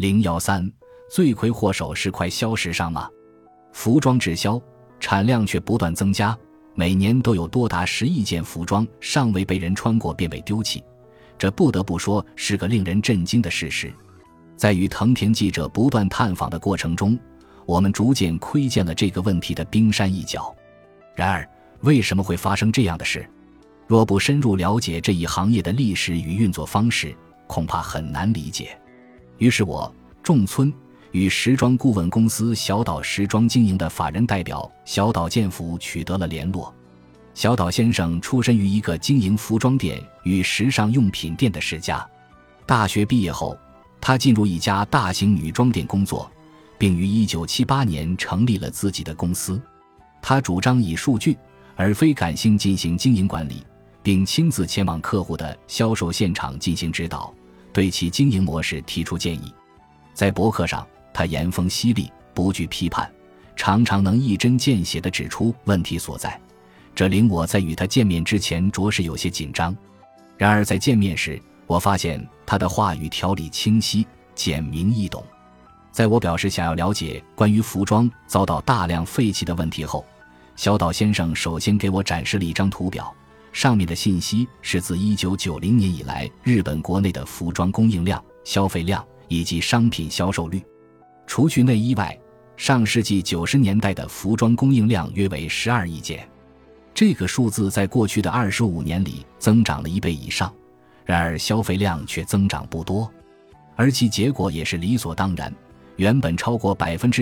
013罪魁祸首是快消时尚吗？服装滞销，产量却不断增加，每年都有多达10亿件服装尚未被人穿过便被丢弃，这不得不说是个令人震惊的事实。在与藤田记者不断探访的过程中，我们逐渐窥见了这个问题的冰山一角。然而，为什么会发生这样的事？若不深入了解这一行业的历史与运作方式，恐怕很难理解。于是我仲村与时装顾问公司小岛时装经营的法人代表小岛健福取得了联络。小岛先生出身于一个经营服装店与时尚用品店的世家，大学毕业后，他进入一家大型女装店工作，并于1978年成立了自己的公司。他主张以数据而非感性进行经营管理，并亲自前往客户的销售现场进行指导，对其经营模式提出建议。在博客上，他言风犀利，不惧批判，常常能一针见血地指出问题所在，这令我在与他见面之前着实有些紧张。然而在见面时，我发现他的话语条理清晰，简明易懂。在我表示想要了解关于服装遭到大量废弃的问题后，小岛先生首先给我展示了一张图表，上面的信息是自1990年以来日本国内的服装供应量、消费量以及商品销售率。除去内衣外，上世纪90年代的服装供应量约为12亿件。这个数字在过去的25年里增长了1倍以上，然而消费量却增长不多，而其结果也是理所当然，原本超过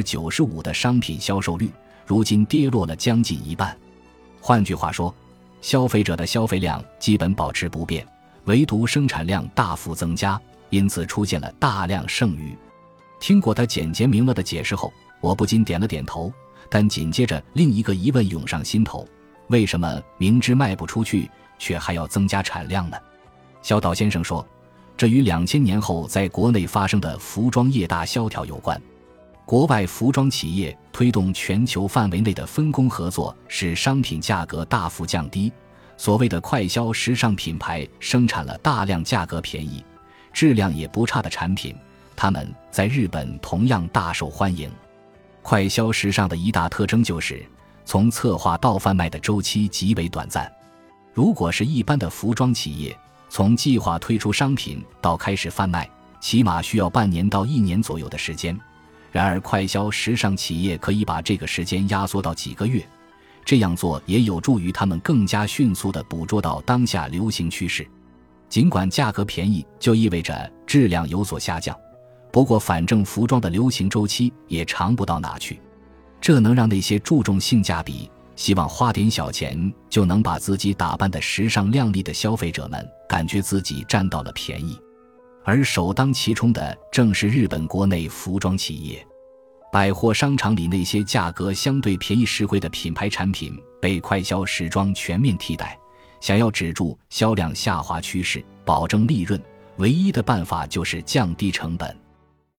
95% 的商品销售率，如今跌落了将近一半。换句话说，消费者的消费量基本保持不变，唯独生产量大幅增加，因此出现了大量剩余。听过他简洁明了的解释后，我不禁点了点头，但紧接着另一个疑问涌上心头，为什么明知卖不出去却还要增加产量呢？小岛先生说，这与2000年后在国内发生的服装业大萧条有关。国外服装企业推动全球范围内的分工合作，使商品价格大幅降低，所谓的快消时尚品牌生产了大量价格便宜、质量也不差的产品，他们在日本同样大受欢迎。快消时尚的一大特征就是从策划到贩卖的周期极为短暂。如果是一般的服装企业，从计划推出商品到开始贩卖，起码需要半年到1年左右的时间。然而快消时尚企业可以把这个时间压缩到几个月，这样做也有助于他们更加迅速地捕捉到当下流行趋势。尽管价格便宜就意味着质量有所下降，不过反正服装的流行周期也长不到哪去，这能让那些注重性价比、希望花点小钱就能把自己打扮得时尚靓丽的消费者们感觉自己占到了便宜。而首当其冲的正是日本国内服装企业。百货商场里那些价格相对便宜实惠的品牌产品被快消时装全面替代，想要止住销量下滑趋势，保证利润，唯一的办法就是降低成本。